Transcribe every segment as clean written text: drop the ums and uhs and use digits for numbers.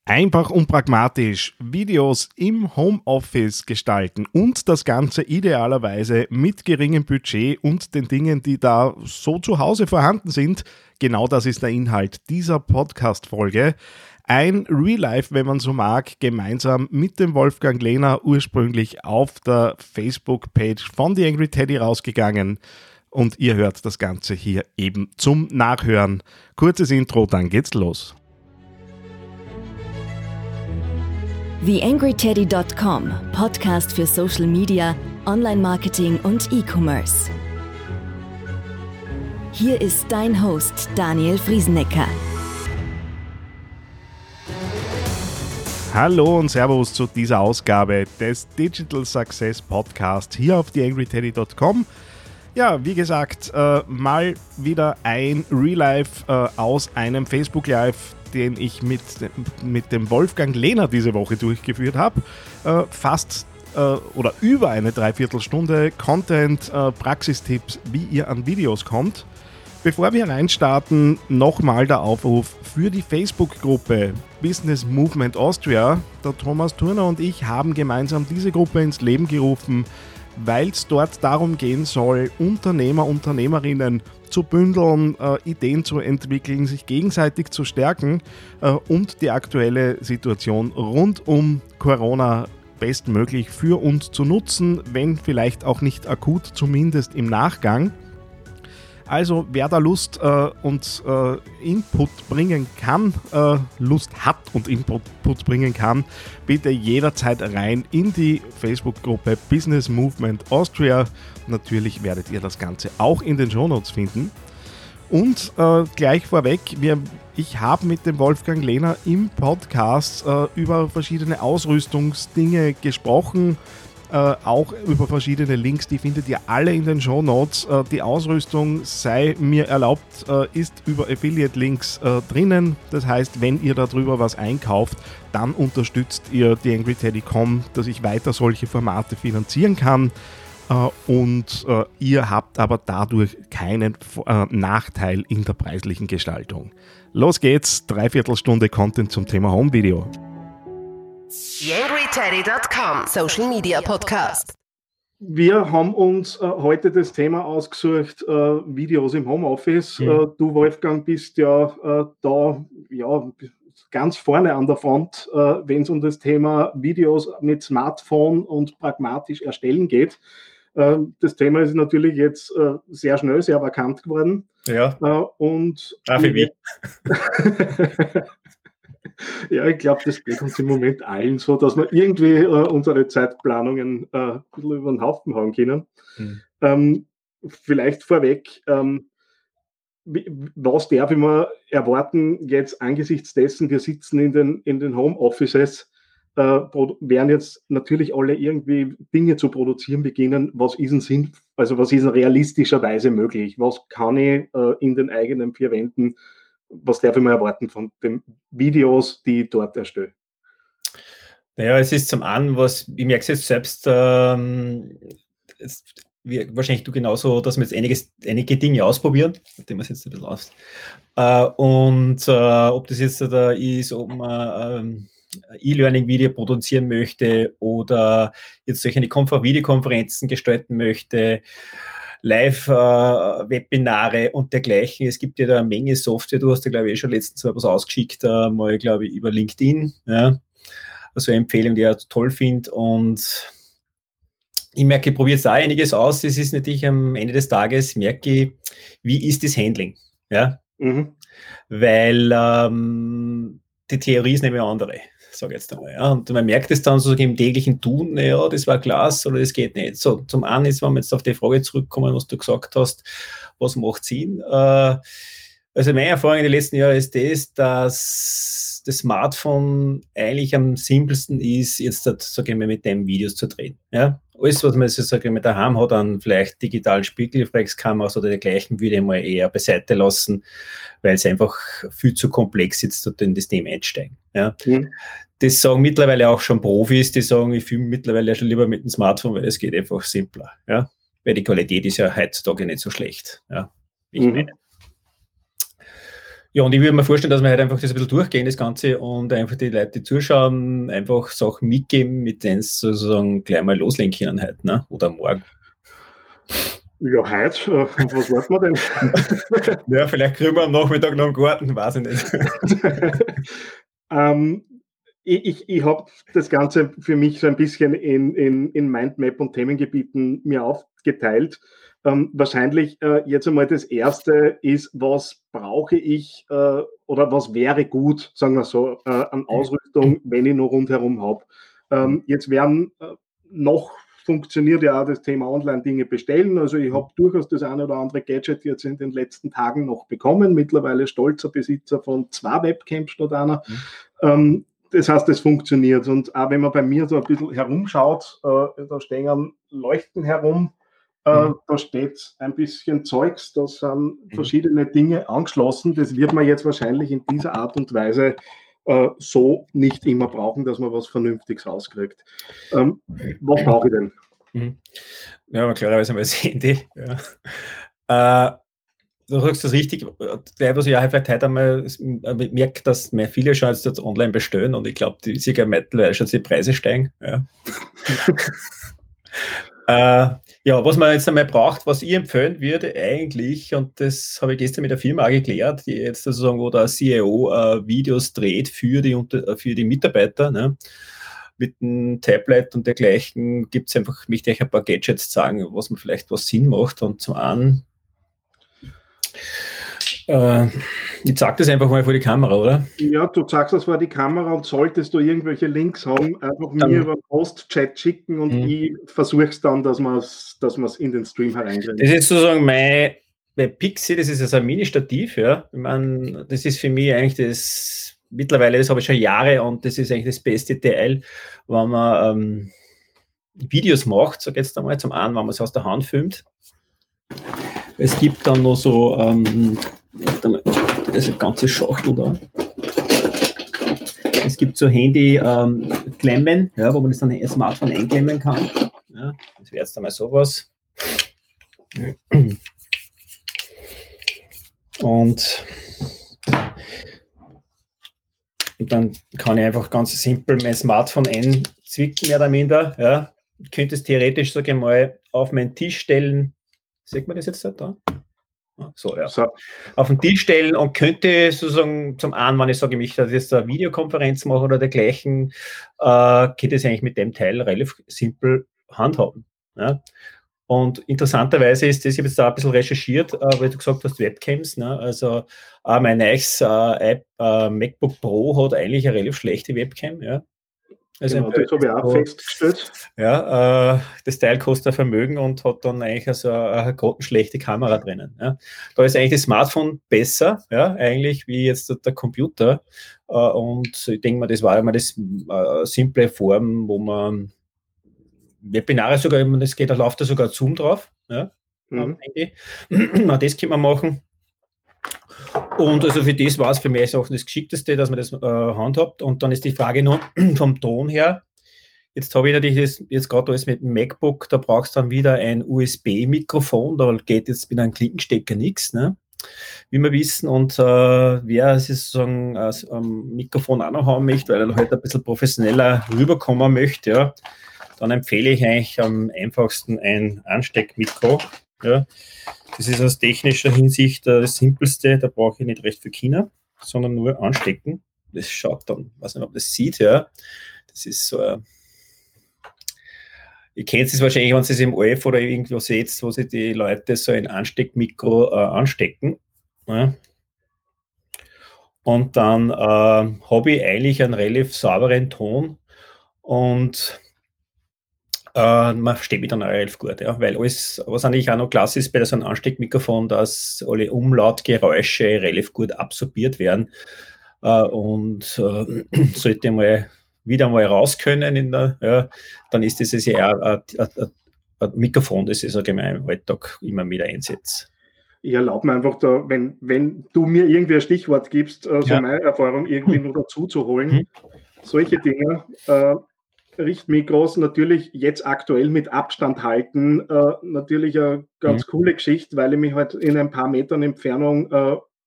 Einfach und pragmatisch Videos im Homeoffice gestalten und das Ganze idealerweise mit geringem Budget und den Dingen, die da so zu Hause vorhanden sind. Genau das ist der Inhalt dieser Podcast-Folge. Ein Real Life, wenn man so mag, gemeinsam mit dem Wolfgang Lehner, ursprünglich auf der Facebook-Page von The Angry Teddy rausgegangen. Und ihr hört das Ganze hier eben zum Nachhören. Kurzes Intro, dann geht's los. TheAngryTeddy.com, Podcast für Social Media, Online-Marketing und E-Commerce. Hier ist dein Host Daniel Friesenecker. Hallo und Servus zu dieser Ausgabe des Digital Success Podcast hier auf TheAngryTeddy.com. Ja, wie gesagt, mal wieder ein Real Life aus einem Facebook Live, den ich mit dem Wolfgang Lehner diese Woche durchgeführt habe. Fast oder über eine Dreiviertelstunde Content, Praxistipps, wie ihr an Videos kommt. Bevor wir reinstarten, nochmal der Aufruf für die Facebook-Gruppe Business Movement Austria. Der Thomas Turner und ich haben gemeinsam diese Gruppe ins Leben gerufen, weil es dort darum gehen soll, Unternehmer, Unternehmerinnen zu bündeln, Ideen zu entwickeln, sich gegenseitig zu stärken und die aktuelle Situation rund um Corona bestmöglich für uns zu nutzen, wenn vielleicht auch nicht akut, zumindest im Nachgang. Also wer da Lust und Input bringen kann, Lust hat und Input bringen kann, bitte jederzeit rein in die Facebook-Gruppe Business Movement Austria. Natürlich werdet ihr das Ganze auch in den Shownotes finden. Und gleich vorweg, ich habe mit dem Wolfgang Lehner im Podcast über verschiedene Ausrüstungsdinge gesprochen, auch über verschiedene Links, die findet ihr alle in den Shownotes. Die Ausrüstung, sei mir erlaubt, ist über Affiliate-Links drinnen. Das heißt, wenn ihr darüber was einkauft, dann unterstützt ihr TheAngryTeddy.com, dass ich weiter solche Formate finanzieren kann. Und ihr habt aber dadurch keinen Nachteil in der preislichen Gestaltung. Los geht's, Dreiviertelstunde Content zum Thema Home-Video. TheAngryTeddy.com Social Media Podcast. Wir haben uns heute das Thema ausgesucht, Videos im Homeoffice. Du, Wolfgang, bist ja da ganz vorne an der Front, wenn es um das Thema Videos mit Smartphone und pragmatisch erstellen geht. Das Thema ist natürlich jetzt sehr schnell, sehr vakant geworden. Ja, und für mich. Ja, ich glaube, das geht uns im Moment allen so, dass wir irgendwie unsere Zeitplanungen ein bisschen über den Haufen hauen können. Vielleicht vorweg, was darf ich mir erwarten jetzt angesichts dessen, wir sitzen in den Homeoffices, werden jetzt natürlich alle irgendwie Dinge zu produzieren beginnen. Was ist denn was ist realistischerweise möglich? Was kann ich in den eigenen vier Wänden, was darf ich mir erwarten von den Videos, die ich dort erstelle? Naja, es ist zum einen, ich merke es jetzt selbst, wahrscheinlich du genauso, dass wir jetzt einige Dinge ausprobieren, nachdem wir es jetzt ein bisschen aus. Ob das jetzt da ist, ob man E-Learning-Video produzieren möchte oder jetzt solche Videokonferenzen gestalten möchte, Live-Webinare und dergleichen. Es gibt ja da eine Menge Software. Du hast ja, glaube ich, schon letztens mal was ausgeschickt, mal, glaube ich, über LinkedIn. Ja. Also eine Empfehlung, die ich auch toll finde. Und ich merke, ich probiere jetzt auch einiges aus. Das ist natürlich am Ende des Tages, merke ich, wie ist das Handling? Ja? Weil die Theorie ist nämlich eine andere, sage ich jetzt einmal. Ja. Und man merkt es dann so im täglichen Tun, naja, das war klasse oder das geht nicht. So, zum einen ist, wenn wir jetzt auf die Frage zurückkommen, was du gesagt hast, was macht Sinn? Also meine Erfahrung in den letzten Jahren ist das, dass das Smartphone eigentlich am simpelsten ist, jetzt, sage ich mal, mit dem Videos zu drehen. Ja. Alles, was man so, sage ich mal, daheim hat, an vielleicht digitalen Spiegelreflexkameras oder dergleichen, würde ich mal eher beiseite lassen, weil es einfach viel zu komplex ist, dort in das Thema einsteigen. Ja. Das sagen mittlerweile auch schon Profis, die sagen, ich filme mittlerweile schon lieber mit dem Smartphone, weil es geht einfach simpler. Ja. Weil die Qualität ist ja heutzutage nicht so schlecht. Ja. Ich meine. Ja, und ich würde mir vorstellen, dass wir halt einfach das ein bisschen durchgehen, das Ganze, und einfach die Leute, die zuschauen, einfach Sachen mitgeben, mit denen sie sozusagen gleich mal loslegen können heute, ne? Oder morgen. Ja, heute, was warten wir denn? Ja, vielleicht kriegen wir am Nachmittag noch einen Garten, weiß ich nicht. Ich habe das Ganze für mich so ein bisschen in Mindmap und Themengebieten mir aufgeteilt. Wahrscheinlich jetzt einmal das Erste ist, was brauche ich oder was wäre gut, sagen wir so, an Ausrüstung, wenn ich noch rundherum habe. Jetzt werden noch funktioniert ja auch das Thema Online-Dinge bestellen. Also ich habe durchaus das eine oder andere Gadget jetzt in den letzten Tagen noch bekommen. Mittlerweile stolzer Besitzer von 2 Webcams statt einer. Das heißt, es funktioniert. Und auch wenn man bei mir so ein bisschen herumschaut, da stehen Leuchten herum, da steht ein bisschen Zeugs, da sind verschiedene Dinge angeschlossen. Das wird man jetzt wahrscheinlich in dieser Art und Weise so nicht immer brauchen, dass man was Vernünftiges rauskriegt. Was brauche ich denn? Ja, aber klarerweise mal das Handy. Ja. Du sagst das richtig, gleich was ich auch vielleicht heute einmal merke, dass mehr viele schon jetzt online bestellen, und ich glaube, die sicher mittlerweile schon die Preise steigen. Ja. Ja, was man jetzt einmal braucht, was ich empfehlen würde eigentlich, und das habe ich gestern mit der Firma auch geklärt, die jetzt sozusagen, wo der CIO Videos dreht für die Mitarbeiter, ne? Mit dem Tablet und dergleichen gibt es einfach, möchte ich ein paar Gadgets sagen, was man vielleicht was Sinn macht. Und zum einen, ich sage das einfach mal vor die Kamera, oder? Ja, du sagst das vor die Kamera, und solltest du irgendwelche Links haben, einfach dann mir über Post-Chat schicken, und ich versuche es dann, dass man es in den Stream hereinkriegt. Das ist sozusagen mein Pixie, das ist also ein Mini-Stativ, ja. Ich meine, das ist für mich eigentlich mittlerweile, das habe ich schon Jahre, und das ist eigentlich das beste Teil, wenn man Videos macht, sag jetzt einmal, zum einen, wenn man es aus der Hand filmt. Es gibt dann noch so, das ist eine ganze Schachtel da. Es gibt so Handy-Klemmen, ja, wo man das dann ein Smartphone einklemmen kann. Ja, das wäre jetzt einmal sowas. Und dann kann ich einfach ganz simpel mein Smartphone einzwicken, mehr oder minder. Ja. Ich könnte es theoretisch, sage ich mal, auf meinen Tisch stellen. Sieht man das jetzt da? So, ja. So. Auf den Tisch stellen und könnte sozusagen zum einen, wenn ich sage, ich möchte jetzt eine Videokonferenz machen oder dergleichen, geht es eigentlich mit dem Teil relativ simpel handhaben. Ja. Und interessanterweise ist das, ich habe jetzt da ein bisschen recherchiert, weil du gesagt hast, Webcams, ne? Also mein neues MacBook Pro hat eigentlich eine relativ schlechte Webcam, ja. Also genau, das habe ich auch festgestellt. Ja, das Teil kostet ein Vermögen und hat dann eigentlich also eine grottenschlechte Kamera drinnen. Ja. Da ist eigentlich das Smartphone besser, ja, eigentlich wie jetzt der Computer. Und ich denke mal, das war immer das simple Form, wo man Webinare sogar, das geht, da läuft da sogar Zoom drauf. Ja, das kann man machen. Und also für das war es für mich auch das Geschickteste, dass man das handhabt. Und dann ist die Frage noch vom Ton her. Jetzt habe ich natürlich das jetzt gerade alles mit dem MacBook, da brauchst du dann wieder ein USB-Mikrofon, da geht jetzt mit einem Klinkenstecker nichts, ne? Wie wir wissen. Und wer sozusagen ein Mikrofon auch noch haben möchte, weil er halt ein bisschen professioneller rüberkommen möchte, ja, dann empfehle ich eigentlich am einfachsten ein Ansteckmikro. Ja. Das ist aus technischer Hinsicht das Simpelste, da brauche ich nicht recht viel China, sondern nur anstecken. Das schaut dann, weiß nicht, ob das sieht, ja. Das ist so ihr kennt es wahrscheinlich, wenn ihr es im ORF oder irgendwo seht, wo sich die Leute so ein Ansteckmikro anstecken. Ja. Und dann habe ich eigentlich einen relativ sauberen Ton, und man versteht mich dann auch relativ gut, ja, weil alles, was eigentlich auch noch klasse ist bei so einem Ansteckmikrofon, dass alle Umlautgeräusche relativ gut absorbiert werden, und sollte mal wieder mal raus können, dann ist das ja ein Mikrofon, das ich sage, in meinem Alltag immer wieder einsetze. Ich erlaube mir einfach da, wenn du mir irgendwie ein Stichwort gibst, so meine Erfahrung irgendwie noch dazu zu holen, solche Dinge, Richtmikros natürlich jetzt aktuell mit Abstand halten, natürlich eine ganz coole Geschichte, weil ich mich halt in ein paar Metern Entfernung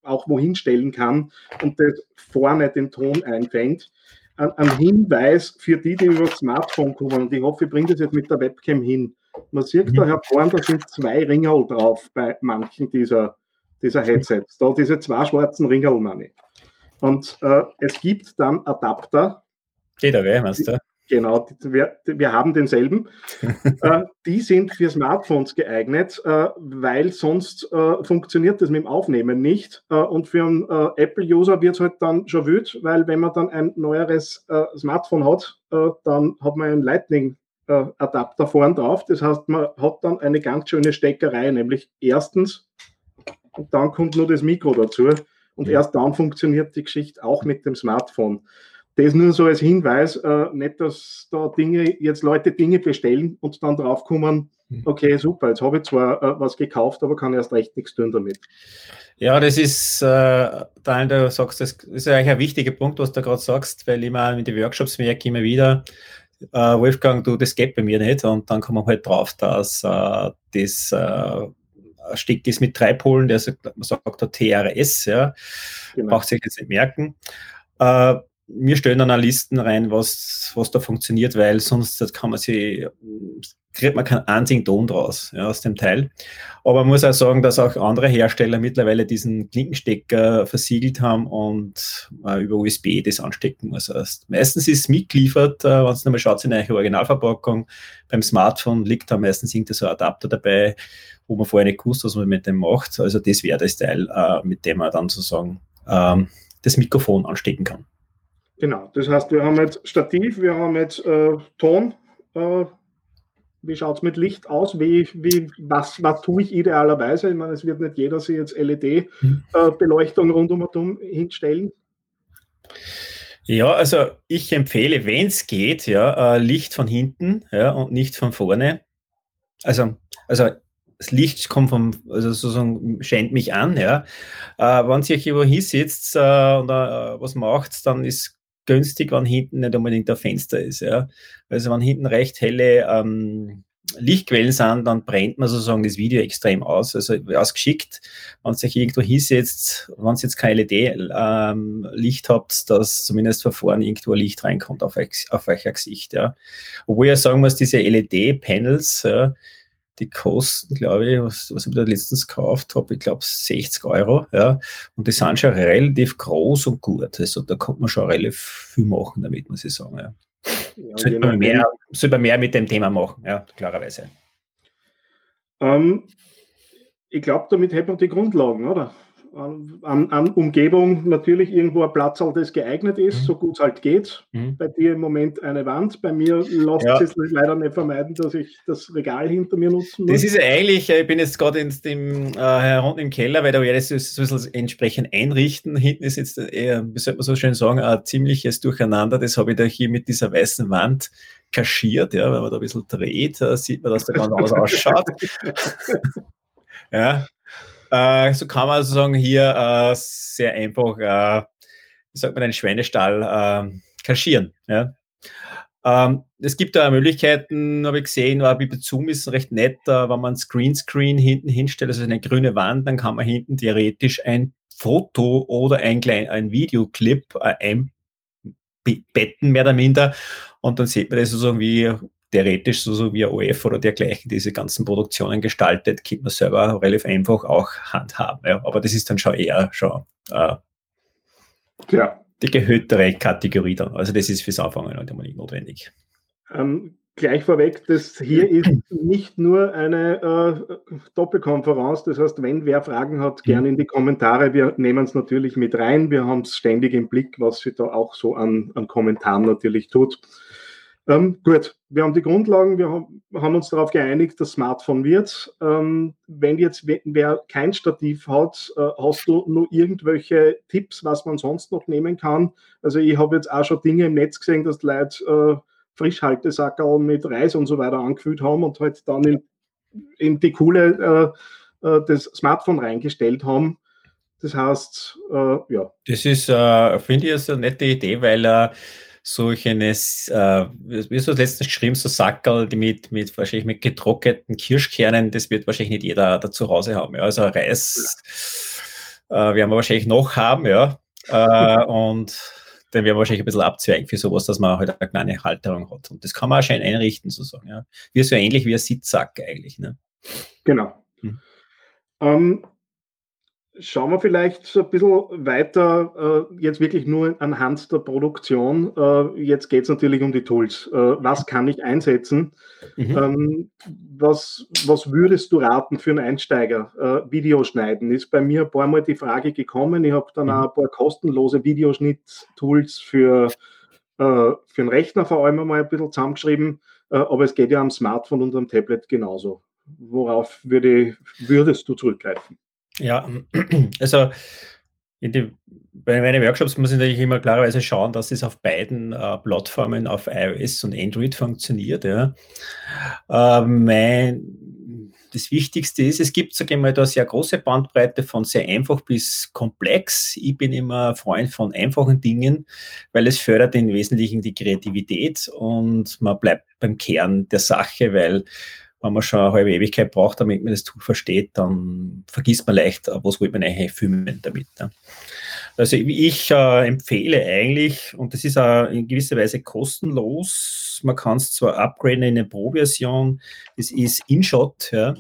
auch wohin stellen kann und das vorne den Ton einfängt. Ein Hinweis für die über das Smartphone kommen, und ich hoffe, ich bringe das jetzt mit der Webcam hin. Man sieht da hervorn, da sind 2 Ringerl drauf bei manchen dieser Headsets. Da diese 2 schwarzen Ringerl, meine ich. Und es gibt dann Adapter. Geht aber, meinst du? Genau, wir haben denselben. Die sind für Smartphones geeignet, weil sonst funktioniert das mit dem Aufnehmen nicht. Und für einen Apple-User wird es halt dann schon wild, weil wenn man dann ein neueres Smartphone hat, dann hat man einen Lightning-Adapter vorn drauf. Das heißt, man hat dann eine ganz schöne Steckerei, nämlich erstens, und dann kommt nur das Mikro dazu. Und erst dann funktioniert die Geschichte auch mit dem Smartphone. Das nur so als Hinweis, nicht, dass da Leute Dinge bestellen und dann draufkommen, okay, super, jetzt habe ich zwar was gekauft, aber kann erst recht nichts tun damit. Ja, das ist, Daniel, du sagst, das ist eigentlich ein wichtiger Punkt, was du gerade sagst, weil ich mal in die Workshops merke immer wieder, Wolfgang, das geht bei mir nicht, und dann kommen wir halt drauf, dass das Stick ist mit 3 Polen, man sagt da TRS, ja, genau. Braucht sich jetzt nicht merken. Wir stellen dann auch Listen rein, was da funktioniert, weil sonst kriegt man keinen einzigen Ton draus, ja, aus dem Teil. Aber man muss auch sagen, dass auch andere Hersteller mittlerweile diesen Klinkenstecker versiegelt haben und über USB das anstecken muss. Also meistens ist es mitgeliefert, wenn es nochmal schaut in eine Originalverpackung. Beim Smartphone liegt da meistens irgendwie so ein Adapter dabei, wo man vorher nicht gewusst, was man mit dem macht. Also das wäre das Teil, mit dem man dann sozusagen das Mikrofon anstecken kann. Genau, das heißt, wir haben jetzt Stativ, wir haben jetzt Ton. Wie schaut es mit Licht aus? Was tue ich idealerweise? Ich meine, es wird nicht jeder sich jetzt LED-Beleuchtung rundum hinstellen. Ja, also ich empfehle, wenn es geht, ja, Licht von hinten, ja, und nicht von vorne. Also das Licht kommt sozusagen scheint mich an, ja. Wenn sich irgendwo hinsitzt oder was macht, dann ist günstig, wenn hinten nicht unbedingt ein Fenster ist, ja. Also wenn hinten recht helle Lichtquellen sind, dann brennt man sozusagen das Video extrem aus. Also ausgeschickt, wenn sich irgendwo hinsetzt, wenn ihr jetzt kein LED-Licht habt, dass zumindest von vorne irgendwo ein Licht reinkommt auf euer Gesicht, ja. Obwohl ich sagen muss, diese LED-Panels, ja, die kosten, glaube ich, was ich da letztens gekauft habe, ich glaube 60 €, ja. Und die sind schon relativ groß und gut. Also da kann man schon relativ viel machen damit, muss ich sagen, ja. Ja, sollte man mehr mit dem Thema machen, ja, klarerweise. Ich glaube, damit hätten wir die Grundlagen, oder? An Umgebung natürlich irgendwo ein Platz, das geeignet ist, so gut es halt geht. Bei dir im Moment eine Wand. Bei mir lässt es leider nicht vermeiden, dass ich das Regal hinter mir nutzen muss. Das ist ja eigentlich, ich bin jetzt gerade herunten im Keller, weil da werde ich es entsprechend einrichten. Hinten ist jetzt eher, wie sollte man so schön sagen, ein ziemliches Durcheinander. Das habe ich da hier mit dieser weißen Wand kaschiert. Ja, wenn man da ein bisschen dreht, sieht man, dass der ganz anders ausschaut. Ja. So kann man sozusagen hier sehr einfach, wie sagt man, einen Schweinestall kaschieren. Ja. Es gibt da Möglichkeiten, habe ich gesehen, wie bei Zoom ist recht nett, wenn man Screen hinten hinstellt, also eine grüne Wand, dann kann man hinten theoretisch ein Foto oder ein Videoclip einbetten, mehr oder minder, und dann sieht man das sozusagen wie theoretisch so wie OF oder dergleichen diese ganzen Produktionen gestaltet, kann man selber relativ einfach auch handhaben. Ja. Aber das ist dann schon eher die gehöhtere Kategorie dann. Also das ist fürs Anfangen halt immer nicht notwendig. Gleich vorweg, das hier ist nicht nur eine Doppelkonferenz. Das heißt, wenn wer Fragen hat, gerne in die Kommentare. Wir nehmen es natürlich mit rein. Wir haben es ständig im Blick, was sich da auch so an Kommentaren natürlich tut. Gut, wir haben die Grundlagen, wir haben uns darauf geeinigt, das Smartphone wird. Wenn jetzt wer kein Stativ hat, hast du nur irgendwelche Tipps, was man sonst noch nehmen kann? Also ich habe jetzt auch schon Dinge im Netz gesehen, dass die Leute Frischhaltesackerl mit Reis und so weiter angefüllt haben und halt dann in die Kuhle das Smartphone reingestellt haben. Das heißt, ja. Das ist, finde ich, eine nette Idee, weil solches, wie hast du letztens geschrieben, so Sackerl, die wahrscheinlich mit getrockneten Kirschkernen, das wird wahrscheinlich nicht jeder da zu Hause haben. Ja. Also Reis werden wir wahrscheinlich noch haben, ja. Und dann werden wir wahrscheinlich ein bisschen abzweigen für sowas, dass man halt eine kleine Halterung hat. Und das kann man auch schön einrichten, sozusagen. Ja. Wie so ähnlich wie ein Sitzsack eigentlich. Ne? Genau. Schauen wir vielleicht so ein bisschen weiter, jetzt wirklich nur anhand der Produktion. Jetzt geht es natürlich um die Tools. Was kann ich einsetzen? Was würdest du raten für einen Einsteiger? Videoschneiden ist bei mir ein paar Mal die Frage gekommen. Ich habe dann auch ein paar kostenlose Videoschnitt-Tools für den Rechner vor allem mal ein bisschen zusammengeschrieben, aber es geht ja am Smartphone und am Tablet genauso. Worauf würdest du zurückgreifen? Ja, also bei meinen Workshops muss ich natürlich immer klarerweise schauen, dass es auf beiden Plattformen, auf iOS und Android funktioniert. Ja. Das Wichtigste ist, es gibt, sage ich mal, da sehr große Bandbreite von sehr einfach bis komplex. Ich bin immer Freund von einfachen Dingen, weil es fördert im Wesentlichen die Kreativität und man bleibt beim Kern der Sache, weil wenn man schon eine halbe Ewigkeit braucht, damit man das Tool versteht, dann vergisst man leicht, was will man eigentlich filmen damit. Ne? Also ich empfehle eigentlich, und das ist auch in gewisser Weise kostenlos, man kann es zwar upgraden in eine Pro-Version, das ist InShot. Ja.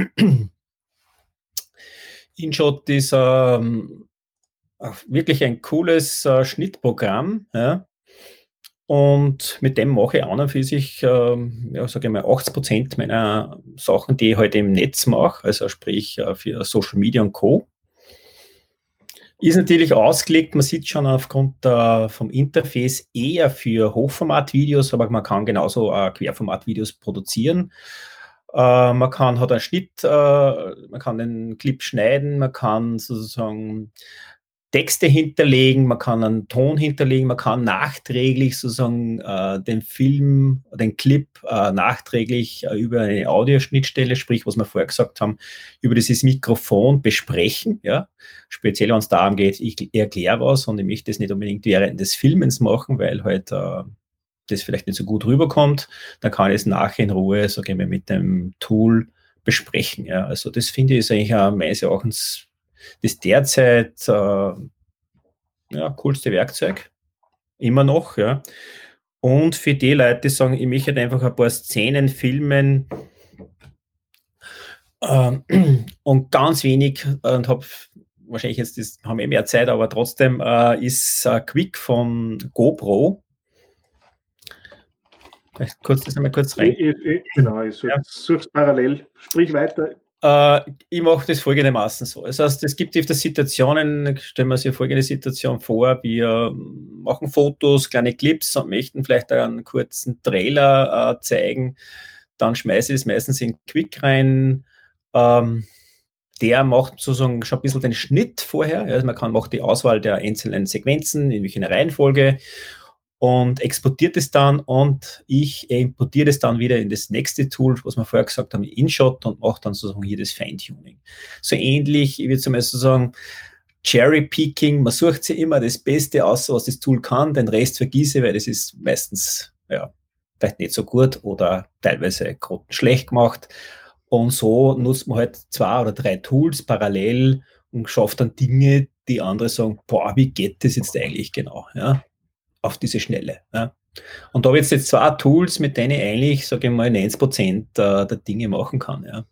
InShot ist wirklich ein cooles Schnittprogramm, ja. Und mit dem mache ich an und für sich, sage ich mal, 80% meiner Sachen, die ich heute im Netz mache, also sprich für Social Media und Co. Ist natürlich ausgelegt, man sieht schon aufgrund vom Interface eher für Hochformatvideos, aber man kann genauso Querformatvideos produzieren. Man hat einen Schnitt, man kann den Clip schneiden, man kann sozusagen Texte hinterlegen, man kann einen Ton hinterlegen, man kann nachträglich sozusagen den Film, den Clip nachträglich über eine Audioschnittstelle, sprich, was wir vorher gesagt haben, über dieses Mikrofon besprechen. Ja? Speziell, wenn es darum geht, ich erkläre was und ich möchte das nicht unbedingt während des Filmens machen, weil halt das vielleicht nicht so gut rüberkommt, dann kann ich es nachher in Ruhe, sage ich mal, mit dem Tool besprechen. Ja? Also das finde ich ist eigentlich meines Erachtens das derzeit coolste Werkzeug. Immer noch, ja. Und für die Leute, die sagen, ich möchte einfach ein paar Szenen filmen und ganz wenig und habe wahrscheinlich jetzt, haben wir mehr Zeit, aber trotzdem ist Quick von GoPro. Vielleicht das einmal kurz rein. Genau, ich suche parallel. Sprich weiter. Ich mache das folgendermaßen so. Das heißt, es gibt öfter Situationen, stellen wir uns hier folgende Situation vor, wir machen Fotos, kleine Clips und möchten vielleicht einen kurzen Trailer zeigen, dann schmeiße ich es meistens in Quick rein. Der macht sozusagen schon ein bisschen den Schnitt vorher, also macht die Auswahl der einzelnen Sequenzen, in welcher Reihenfolge und exportiert es dann und ich importiere das dann wieder in das nächste Tool, was wir vorher gesagt haben, InShot und mache dann sozusagen hier das Feintuning. So ähnlich, ich würde zum Beispiel sagen, Cherry-Picking, man sucht sich immer das Beste aus, was das Tool kann, den Rest vergieße, weil das ist meistens vielleicht nicht so gut oder teilweise schlecht gemacht. Und so nutzt man halt 2 oder 3 Tools parallel und schafft dann Dinge, die andere sagen, boah, wie geht das jetzt eigentlich genau, ja? Auf diese Schnelle. Ja. Und da habe ich jetzt 2 Tools, mit denen ich eigentlich, sage ich mal, 90% der Dinge machen kann. Ja.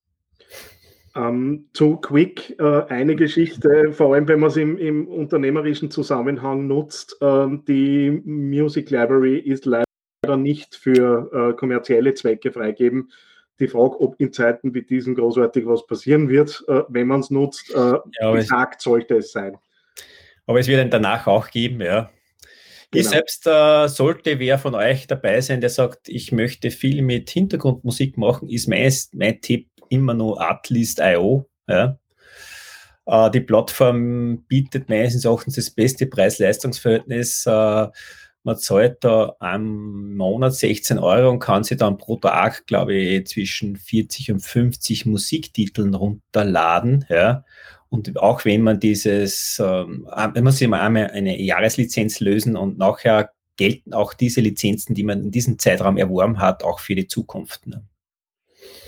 Zu Quick eine Geschichte, vor allem wenn man es im unternehmerischen Zusammenhang nutzt. Die Music Library ist leider nicht für kommerzielle Zwecke freigegeben. Die Frage, ob in Zeiten wie diesen großartig was passieren wird, wenn man es nutzt, gesagt sollte es sein. Aber es wird einen danach auch geben, ja. Genau. Ich selbst sollte wer von euch dabei sein, der sagt, ich möchte viel mit Hintergrundmusik machen, ist mein Tipp immer nur Artlist.io. Ja. Die Plattform bietet meines Erachtens das beste Preis-Leistungs-Verhältnis. Man zahlt da am Monat 16 € und kann sich dann pro Tag, glaube ich, zwischen 40 und 50 Musiktiteln runterladen. Ja. Und auch wenn man wenn man sich mal einmal eine Jahreslizenz lösen und nachher gelten auch diese Lizenzen, die man in diesem Zeitraum erworben hat, auch für die Zukunft. Ne?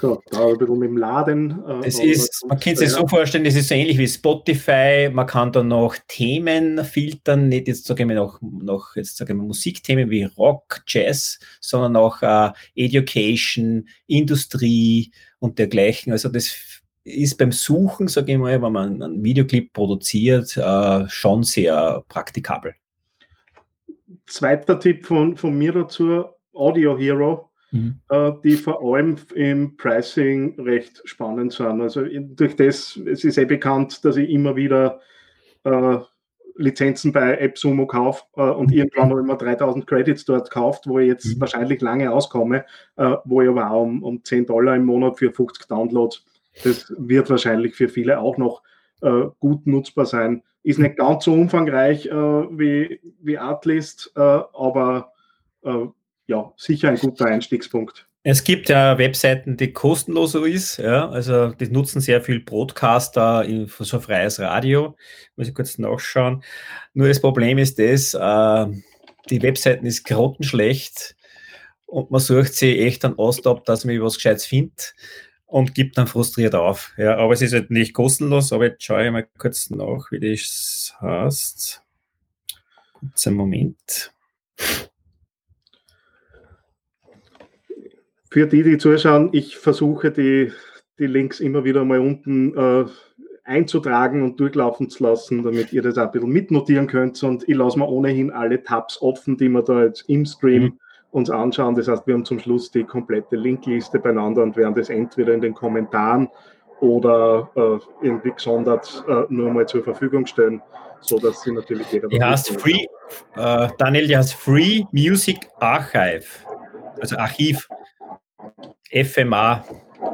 So, da ein bisschen mit dem Laden. Man kann sich so vorstellen, das ist so ähnlich wie Spotify. Man kann da noch Themen filtern, nicht jetzt sage ich mal noch jetzt sage ich mal Musikthemen wie Rock, Jazz, sondern auch Education, Industrie und dergleichen. Also das ist beim Suchen, sage ich mal, wenn man einen Videoclip produziert, schon sehr praktikabel. Zweiter Tipp von mir dazu, Audio Hero. Die vor allem im Pricing recht spannend sind. Also durch das, es ist bekannt, dass ich immer wieder Lizenzen bei AppSumo kaufe und irgendwann habe ich mal 3000 Credits dort gekauft, wo ich jetzt wahrscheinlich lange auskomme, wo ich aber auch um $10 im Monat für 50 Downloads, das wird wahrscheinlich für viele auch noch gut nutzbar sein. Ist nicht ganz so umfangreich wie Artlist, aber ja, sicher ein guter Einstiegspunkt. Es gibt ja Webseiten, die kostenlos ist, ja, also die nutzen sehr viel Broadcaster für so freies Radio. Muss ich kurz nachschauen. Nur das Problem ist das, die Webseiten ist grottenschlecht und man sucht sie echt dann aus, dass man was Gescheites findet und gibt dann frustriert auf. Ja, aber es ist halt nicht kostenlos, aber jetzt schaue ich mal kurz nach, wie das heißt. Kurz einen Moment. Für die zuschauen, ich versuche die Links immer wieder mal unten einzutragen und durchlaufen zu lassen, damit ihr das auch ein bisschen mitnotieren könnt. Und ich lasse mir ohnehin alle Tabs offen, die wir da jetzt im Stream uns anschauen. Das heißt, wir haben zum Schluss die komplette Linkliste beieinander und werden das entweder in den Kommentaren oder irgendwie gesondert nur mal zur Verfügung stellen, sodass sie natürlich jeder... Die heißt Free, Daniel, die heißt Free Music Archive, also Archiv. FMA.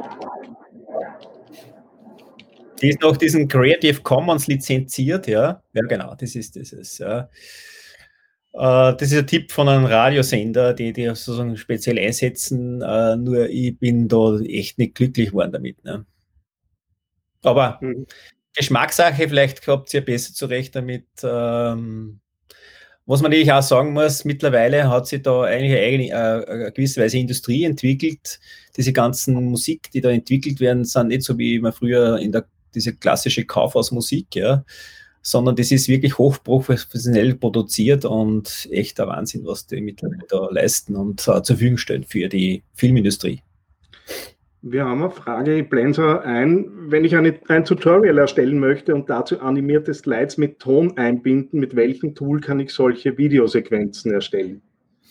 Die ist nach diesem Creative Commons lizenziert, ja. Ja, genau, das ist dieses, ja. Das ist ein Tipp von einem Radiosender, die sozusagen speziell einsetzen, nur ich bin da echt nicht glücklich geworden damit. Ne? Aber Geschmackssache, vielleicht habt ihr besser zurecht damit. Was man natürlich auch sagen muss, mittlerweile hat sich da eigentlich eine gewisse Weise Industrie entwickelt. Diese ganzen Musik, die da entwickelt werden, sind nicht so wie man früher diese klassische Kaufhausmusik, ja, sondern das ist wirklich hochprofessionell produziert und echt der Wahnsinn, was die mittlerweile da leisten und zur Verfügung stellen für die Filmindustrie. Wir haben eine Frage, ich blende es ein. Wenn ich ein Tutorial erstellen möchte und dazu animierte Slides mit Ton einbinden, mit welchem Tool kann ich solche Videosequenzen erstellen?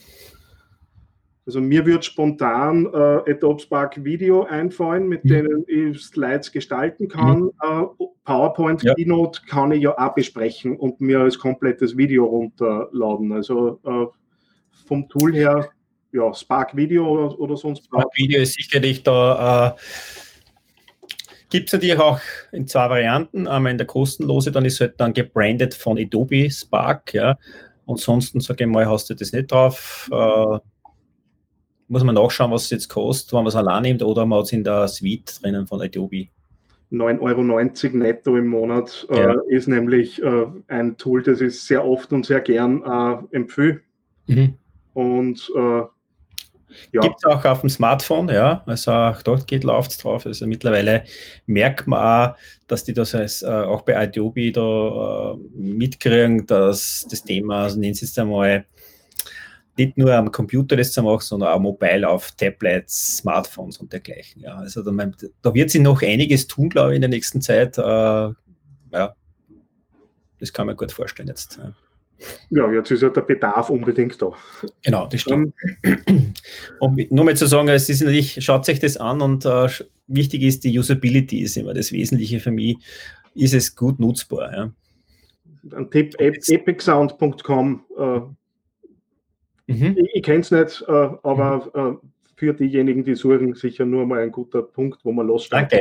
Also mir wird spontan Adobe Spark Video einfallen, mit denen ich Slides gestalten kann. PowerPoint Keynote kann ich ja auch besprechen und mir als komplettes Video runterladen. Also vom Tool her, ja, Spark Video oder sonst. Spark Video ist sicherlich da. Gibt es natürlich auch in 2 Varianten. Einmal in der kostenlose, dann ist halt dann gebrandet von Adobe Spark. Ja. Ansonsten, sage ich mal, hast du das nicht drauf. Muss man nachschauen, was es jetzt kostet, wenn man es allein nimmt oder man hat es in der Suite drinnen von Adobe. 9,90 € netto im Monat ist nämlich ein Tool, das ich sehr oft und sehr gern empfehle. Und ja. Gibt es auch auf dem Smartphone, ja, also auch dort läuft es drauf. Also mittlerweile merkt man auch, dass die das auch bei Adobe da mitkriegen, dass das Thema, also nennen Sie es einmal, nicht nur am Computer das zu machen, sondern auch mobile auf Tablets, Smartphones und dergleichen. Ja, also da wird sich noch einiges tun, glaube ich, in der nächsten Zeit. Ja, das kann man gut vorstellen jetzt. Ja, jetzt ist ja der Bedarf unbedingt da. Genau, das stimmt. Um nur mal zu sagen, es ist natürlich, schaut euch das an und wichtig ist, die Usability ist immer das Wesentliche für mich. Ist es gut nutzbar? Ja? Ein Tipp, epicsound.com. Ich kenne es nicht, aber für diejenigen, die suchen, sicher nur mal ein guter Punkt, wo man losstarten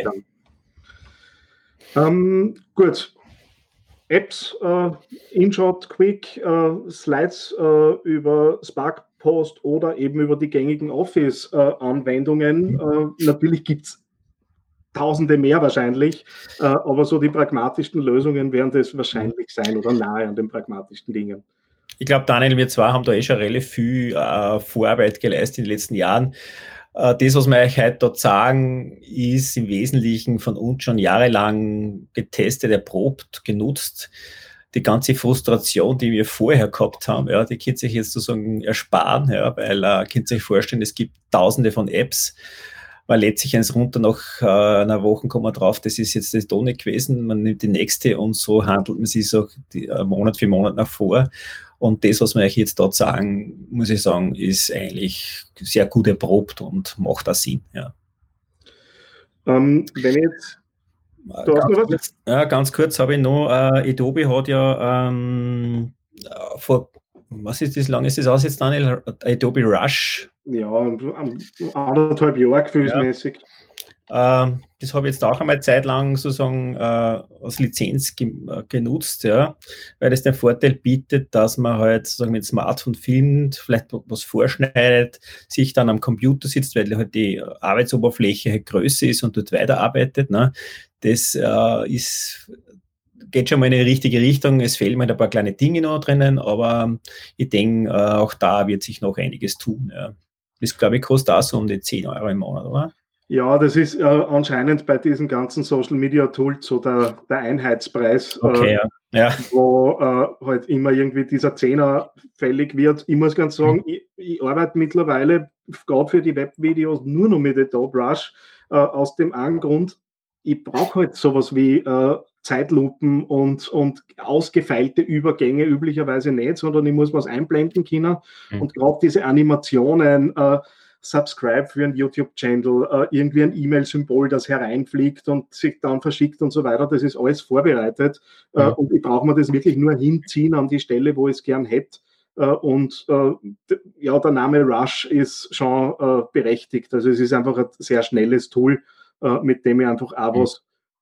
kann. Gut. Apps, InShot, Quick, Slides über Spark Post oder eben über die gängigen Office-Anwendungen. Natürlich gibt es Tausende mehr wahrscheinlich, aber so die pragmatischsten Lösungen werden das wahrscheinlich sein oder nahe an den pragmatischsten Dingen. Ich glaube, Daniel, wir zwei haben da schon relativ viel Vorarbeit geleistet in den letzten Jahren. Das, was wir euch heute dort sagen, ist im Wesentlichen von uns schon jahrelang getestet, erprobt, genutzt. Die ganze Frustration, die wir vorher gehabt haben, ja, die könnt ihr euch jetzt sozusagen ersparen, ja, weil könnt ihr euch vorstellen, es gibt tausende von Apps. Man lädt sich eins runter, nach einer Woche kommt man drauf, das ist jetzt das Donne gewesen, man nimmt die nächste und so handelt man sich so Monat für Monat nach vor. Und das, was wir euch jetzt dort sagen, muss ich sagen, ist eigentlich sehr gut erprobt und macht auch Sinn. Ja. Wenn jetzt ganz kurz habe ich noch, Adobe hat ja vor, was ist das, lange ist das aus jetzt, Daniel? Adobe Rush. Ja, 1,5 Jahre gefühlsmäßig. Das habe ich jetzt auch einmal zeitlang sozusagen als Lizenz genutzt, ja, weil das den Vorteil bietet, dass man halt sozusagen mit Smartphone filmt, vielleicht was vorschneidet, sich dann am Computer sitzt, weil halt die Arbeitsoberfläche halt größer ist und dort weiterarbeitet. Ne? Das geht schon mal in die richtige Richtung. Es fehlen halt ein paar kleine Dinge noch drinnen, aber ich denke, auch da wird sich noch einiges tun. Ja. Das, glaube ich, kostet auch so um die 10 Euro im Monat, oder? Ja, das ist anscheinend bei diesen ganzen Social Media Tools so der Einheitspreis, okay, ja. wo halt immer irgendwie dieser Zehner fällig wird. Ich muss ganz sagen, ich arbeite mittlerweile gerade für die Webvideos nur noch mit Adobe Rush, aus dem einen Grund, ich brauche halt sowas wie Zeitlupen und ausgefeilte Übergänge üblicherweise nicht, sondern ich muss was einblenden können. Und gerade diese Animationen, Subscribe für einen YouTube-Channel, irgendwie ein E-Mail-Symbol, das hereinfliegt und sich dann verschickt und so weiter, das ist alles vorbereitet. Und ich brauche mir das wirklich nur hinziehen an die Stelle, wo ich es gern hätte. Ja, der Name Rush ist schon berechtigt. Also es ist einfach ein sehr schnelles Tool, mit dem ich einfach auch was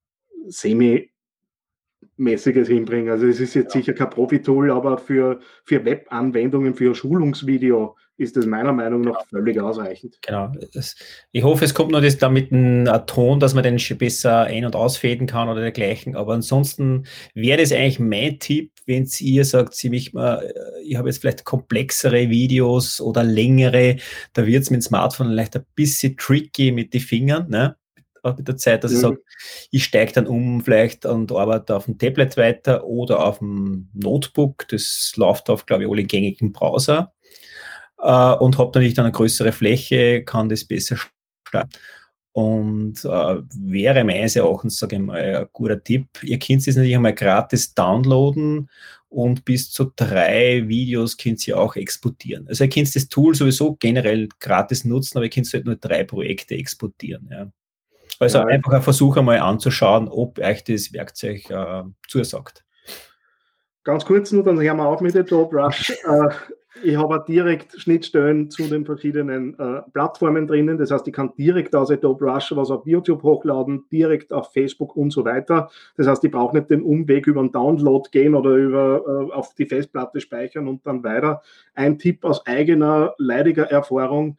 semi-mäßiges hinbringe. Also es ist jetzt sicher kein Profi-Tool, aber für Web-Anwendungen, für Schulungsvideo ist das meiner Meinung nach völlig ausreichend. Genau. Ich hoffe, es kommt noch das da mit einem Ton, dass man den besser ein- und ausfäden kann oder dergleichen. Aber ansonsten wäre das eigentlich mein Tipp, wenn ihr sagt, ich habe jetzt vielleicht komplexere Videos oder längere, da wird es mit dem Smartphone vielleicht ein bisschen tricky mit den Fingern, ne? Auch mit der Zeit, dass ich sage, ich steige dann um vielleicht und arbeite auf dem Tablet weiter oder auf dem Notebook. Das läuft auf, glaube ich, alle gängigen Browser. Und habe natürlich dann eine größere Fläche, kann das besser starten. Und wäre meines Erachtens, sage ich mal, ein guter Tipp. Ihr könnt es natürlich einmal gratis downloaden und bis zu 3 Videos könnt ihr auch exportieren. Also ihr könnt das Tool sowieso generell gratis nutzen, aber ihr könnt halt nur 3 Projekte exportieren. Ja. Also einfach ein Versuch einmal anzuschauen, ob euch das Werkzeug zusagt. Ganz kurz nur, dann hören wir auf mit Adobe Rush. Ich habe direkt Schnittstellen zu den verschiedenen Plattformen drinnen. Das heißt, ich kann direkt aus Adobe Rush was auf YouTube hochladen, direkt auf Facebook und so weiter. Das heißt, ich brauche nicht den Umweg über einen Download gehen oder auf die Festplatte speichern und dann weiter. Ein Tipp aus eigener leidiger Erfahrung.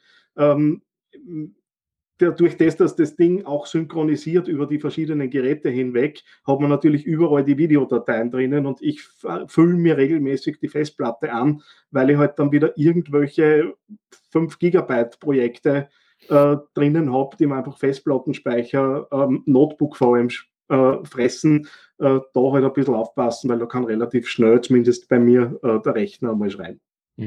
Durch das, dass das Ding auch synchronisiert über die verschiedenen Geräte hinweg, hat man natürlich überall die Videodateien drinnen und ich fülle mir regelmäßig die Festplatte an, weil ich halt dann wieder irgendwelche 5 Gigabyte Projekte drinnen habe, die man einfach Festplattenspeicher, Notebook vor allem fressen, da halt ein bisschen aufpassen, weil da kann relativ schnell, zumindest bei mir, der Rechner einmal schreien.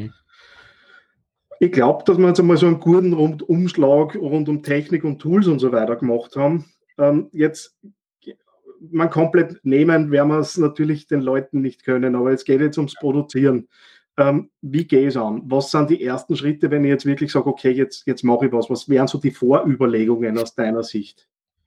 Ich glaube, dass wir jetzt einmal so einen guten Umschlag rund um Technik und Tools und so weiter gemacht haben. Jetzt, man komplett nehmen, werden wir es natürlich den Leuten nicht können, aber es geht jetzt ums Produzieren. Wie gehe ich es an? Was sind die ersten Schritte, wenn ich jetzt wirklich sage, okay, jetzt mache ich was? Was wären so die Vorüberlegungen aus deiner Sicht?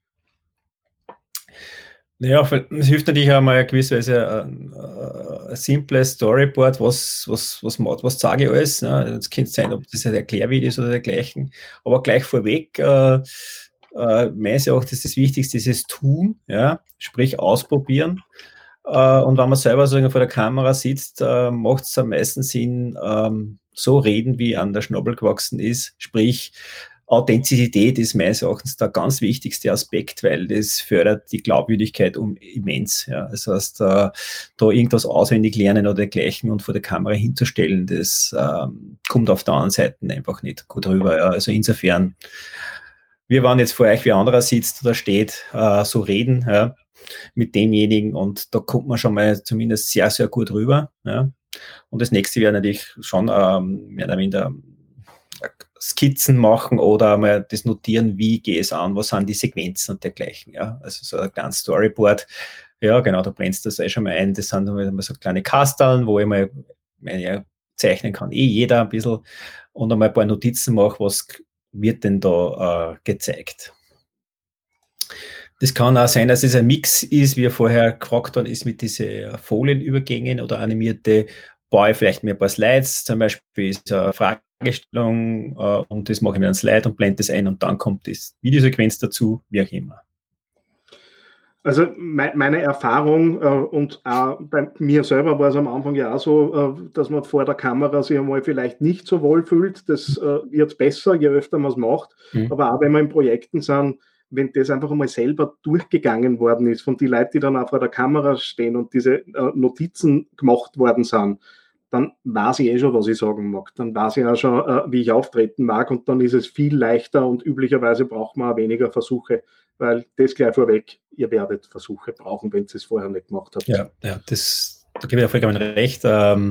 Ja, es hilft natürlich auch mal eine gewisse Weise ein simples Storyboard, was sage ich alles. Ne? Das könnte sein, ob das ein Erklärvideo ist oder dergleichen. Aber gleich vorweg, meines Erachtens ist das Wichtigste, dieses Tun, ja? Sprich ausprobieren. Und wenn man selber so vor der Kamera sitzt, macht es am meisten Sinn, so reden, wie an der Schnabel gewachsen ist. Sprich, Authentizität ist meines Erachtens der ganz wichtigste Aspekt, weil das fördert die Glaubwürdigkeit immens. Ja. Das heißt, da irgendwas auswendig lernen oder dergleichen und vor der Kamera hinzustellen, das kommt auf der anderen Seite einfach nicht gut rüber. Ja. Also insofern, wir waren jetzt vor euch, wie ein anderer sitzt oder steht, so reden, ja, mit demjenigen, und da kommt man schon mal zumindest sehr, sehr gut rüber. Ja. Und das nächste wäre natürlich schon mehr oder minder Skizzen machen oder mal das notieren, wie gehe es an, was sind die Sequenzen und dergleichen. Ja. Also so ein kleines Storyboard. Ja, genau, da blendest du das schon mal ein. Das sind mal so kleine Kasteln, wo ich mal zeichnen kann, jeder ein bisschen, und einmal ein paar Notizen mache, was wird denn da gezeigt. Das kann auch sein, dass es ein Mix ist, wie er vorher gefragt worden ist, mit diesen Folienübergängen oder animierte, baue ich vielleicht mir ein paar Slides, zum Beispiel ist eine Fragestellung und das mache ich mir ein Slide und blende das ein und dann kommt das Videosequenz dazu, wie auch immer. Also meine Erfahrung und auch bei mir selber war es am Anfang ja auch so, dass man vor der Kamera sich einmal vielleicht nicht so wohl fühlt. Das wird besser, je öfter man es macht. Aber auch wenn wir in Projekten sind, wenn das einfach einmal selber durchgegangen worden ist von den Leuten, die dann auch vor der Kamera stehen und diese Notizen gemacht worden sind, dann weiß ich schon, was ich sagen mag. Dann weiß ich auch schon, wie ich auftreten mag, und dann ist es viel leichter und üblicherweise braucht man auch weniger Versuche, weil das gleich vorweg, ihr werdet Versuche brauchen, wenn ihr es vorher nicht gemacht habt. Ja, da gebe ich ja vollkommen recht.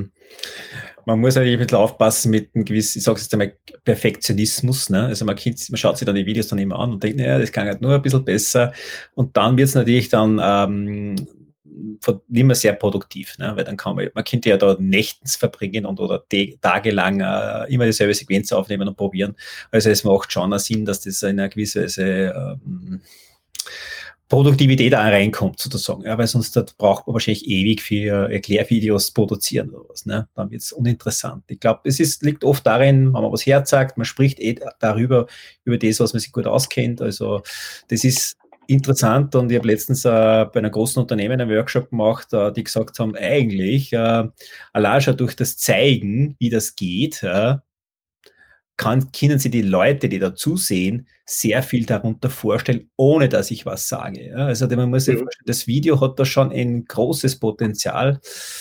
Man muss natürlich ein bisschen aufpassen mit einem gewissen, ich sage es jetzt einmal, Perfektionismus. Ne? Also man schaut sich dann die Videos dann immer an und denkt, naja, das kann halt nur ein bisschen besser. Und dann wird es natürlich dann nicht mehr sehr produktiv, ne? Weil dann man könnte ja da nächtens verbringen oder tagelang immer dieselbe Sequenz aufnehmen und probieren. Also es macht schon einen Sinn, dass das in einer gewissen Weise Produktivität auch reinkommt, sozusagen. Ja, weil sonst braucht man wahrscheinlich ewig für Erklärvideos produzieren oder was. Ne? Dann wird es uninteressant. Ich glaube, liegt oft darin, wenn man was herzagt, man spricht darüber, über das, was man sich gut auskennt. Also das ist interessant, und ich habe letztens bei einer großen Unternehmen einen Workshop gemacht, die gesagt haben, eigentlich allein schon durch das Zeigen, wie das geht, können Sie die Leute, die da zusehen, sehr viel darunter vorstellen, ohne dass ich was sage. Ja, also man muss sich vorstellen, das Video hat da schon ein großes Potenzial.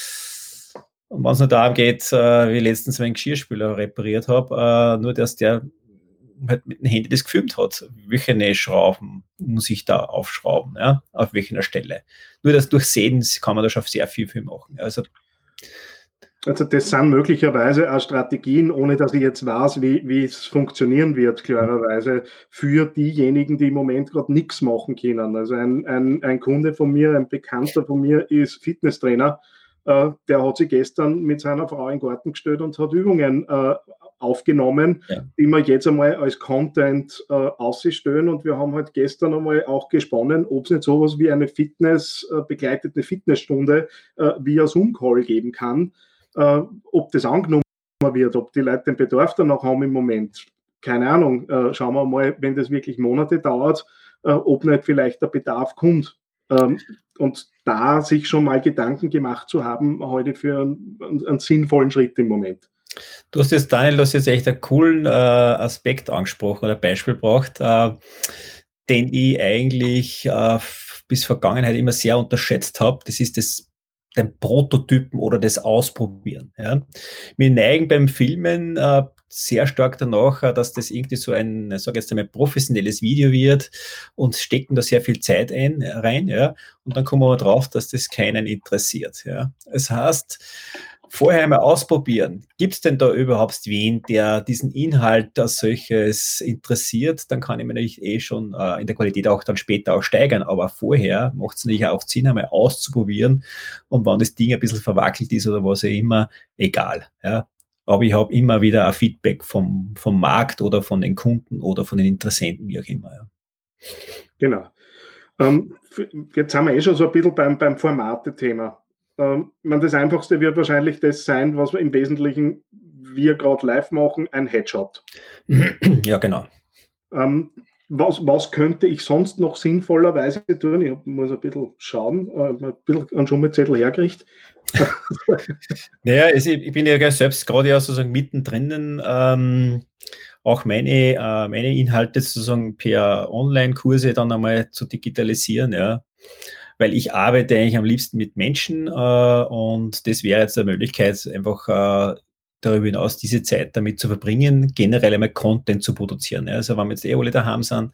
Und wenn es nur darum geht, wie ich letztens meinen Geschirrspüler repariert habe, nur dass der halt mit dem Handy das gefilmt hat, welche Schrauben muss ich da aufschrauben, ja, auf welcher Stelle. Nur das Durchsehen kann man da schon sehr viel machen. Also das sind möglicherweise auch Strategien, ohne dass ich jetzt weiß, wie es funktionieren wird, klarerweise, für diejenigen, die im Moment gerade nichts machen können. Also ein Kunde von mir, ein Bekannter von mir ist Fitnesstrainer, der hat sich gestern mit seiner Frau in den Garten gestellt und hat Übungen aufgenommen, die wir jetzt einmal als Content ausstellen, und wir haben halt gestern einmal auch gesponnen, ob es nicht sowas wie eine begleitete Fitnessstunde via Zoom-Call geben kann. Ob das angenommen wird, ob die Leute den Bedarf danach haben im Moment, keine Ahnung. Schauen wir mal, wenn das wirklich Monate dauert, ob nicht vielleicht der Bedarf kommt. Und da sich schon mal Gedanken gemacht zu haben, heute für einen sinnvollen Schritt im Moment. Du hast jetzt echt einen coolen Aspekt angesprochen oder Beispiel gebracht, den ich eigentlich bis Vergangenheit immer sehr unterschätzt habe. Das ist den Prototypen oder das Ausprobieren. Ja. Wir neigen beim Filmen sehr stark danach, dass das irgendwie so ein, sage jetzt einmal, professionelles Video wird, und stecken da sehr viel Zeit rein. Ja. Und dann kommen wir drauf, dass das keinen interessiert. Ja. Das heißt, vorher einmal ausprobieren. Gibt es denn da überhaupt wen, der diesen Inhalt als solches interessiert? Dann kann ich mir natürlich schon in der Qualität auch dann später auch steigern. Aber vorher macht es natürlich auch Sinn, einmal auszuprobieren. Und wenn das Ding ein bisschen verwackelt ist oder was auch immer, egal. Ja. Aber ich habe immer wieder ein Feedback vom Markt oder von den Kunden oder von den Interessenten, wie auch immer. Ja. Genau. Jetzt haben wir schon so ein bisschen beim Formate-Thema. Das Einfachste wird wahrscheinlich das sein, was wir im Wesentlichen wir gerade live machen, ein Headshot. Ja, genau. Was könnte ich sonst noch sinnvollerweise tun? Ich muss ein bisschen schauen, ein bisschen einen Schummelzettel hergerichtet. Naja, ich bin ja selbst gerade ja sozusagen mittendrin auch meine Inhalte sozusagen per Online-Kurse dann einmal zu digitalisieren, ja. Weil ich arbeite eigentlich am liebsten mit Menschen und das wäre jetzt eine Möglichkeit, einfach darüber hinaus diese Zeit damit zu verbringen, generell einmal Content zu produzieren. Ja. Also wenn wir jetzt alle daheim sind,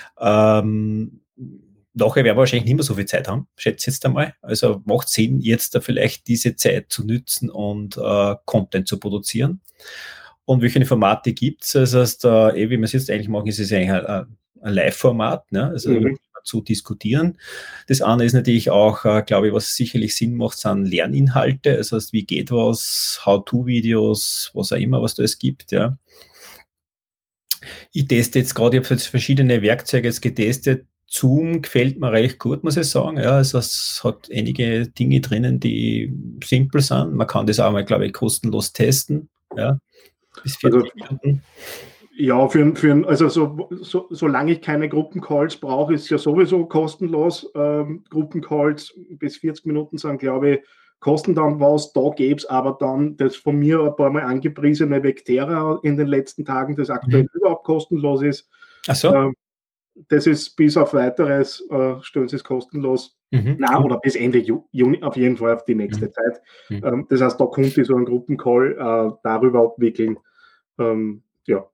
nachher werden wir wahrscheinlich nicht mehr so viel Zeit haben, schätze ich jetzt einmal. Also macht Sinn, jetzt da vielleicht diese Zeit zu nützen und Content zu produzieren. Und welche Formate gibt es? Das heißt, wie wir es jetzt eigentlich machen, ist es eigentlich ein Live-Format, ne? Also zu diskutieren. Das andere ist natürlich auch, glaube ich, was sicherlich Sinn macht, sind Lerninhalte. Das heißt, wie geht was, How-to-Videos, was auch immer, was da es gibt, ja. Ich teste jetzt gerade, ich habe jetzt verschiedene Werkzeuge jetzt getestet. Zoom gefällt mir recht gut, muss ich sagen. Ja, also es hat einige Dinge drinnen, die simpel sind. Man kann das auch mal, glaube ich, kostenlos testen. Ja, bis 40 Minuten. Ja, also solange ich keine Gruppencalls brauche, ist es ja sowieso kostenlos. Gruppencalls bis 40 Minuten sind, glaube ich, kosten dann was. Da gäbe es aber dann das von mir ein paar Mal angepriesene Vectera in den letzten Tagen, das aktuell überhaupt kostenlos ist. Ach so. Das ist bis auf weiteres, stellen sie es kostenlos. Nein, oder bis Ende Juni auf jeden Fall auf die nächste Zeit. Das heißt, da konnte ich so einen Gruppencall darüber abwickeln. Ja.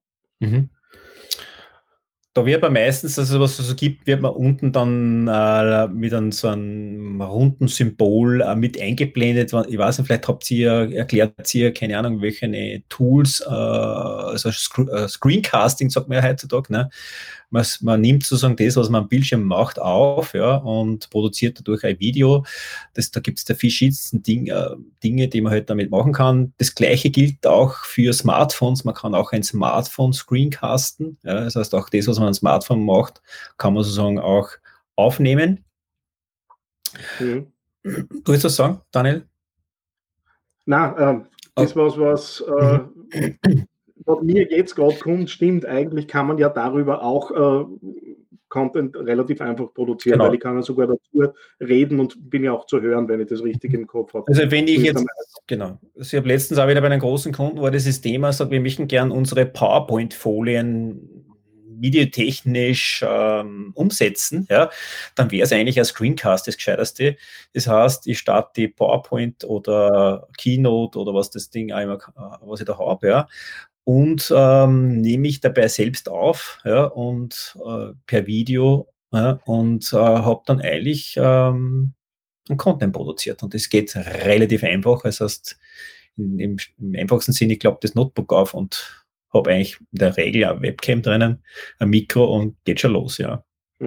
Da wird man meistens, also was es so gibt, wird man unten dann mit so einem runden Symbol mit eingeblendet. Ich weiß nicht, vielleicht erklärt ihr, keine Ahnung, welche Tools, also Screencasting sagt man ja heutzutage, ne? Man nimmt sozusagen das, was man am Bildschirm macht, auf, ja, und produziert dadurch ein Video. Da gibt es da verschiedensten Dinge, die man halt damit machen kann. Das Gleiche gilt auch für Smartphones. Man kann auch ein Smartphone screencasten. Ja, das heißt, auch das, was man am Smartphone macht, kann man sozusagen auch aufnehmen. Du willst was sagen, Daniel? Nein, das was mir jetzt gerade kommt, stimmt. Eigentlich kann man ja darüber auch Content relativ einfach produzieren, weil ich kann ja sogar dazu reden und bin ja auch zu hören, wenn ich das richtig im Kopf habe. Also wenn ich jetzt, genau, also ich habe letztens auch wieder bei einem großen Kunden, war das Thema, sagt, wir möchten gern unsere PowerPoint-Folien videotechnisch umsetzen, ja, dann wäre es eigentlich ein Screencast das Gescheiterste. Das heißt, ich starte die PowerPoint oder Keynote oder was das Ding einmal, was ich da habe, ja, und nehme ich dabei selbst auf, ja, und per Video, ja, und habe dann eigentlich einen Content produziert. Und das geht relativ einfach. Das heißt, im einfachsten Sinne, ich klappe das Notebook auf und habe eigentlich in der Regel eine Webcam drinnen, ein Mikro und geht schon los, ja.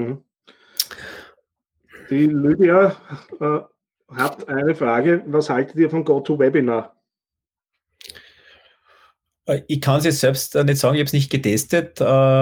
Die Lydia hat eine Frage. Was haltet ihr von GoToWebinar? Ich kann es jetzt selbst nicht sagen, ich habe es nicht getestet.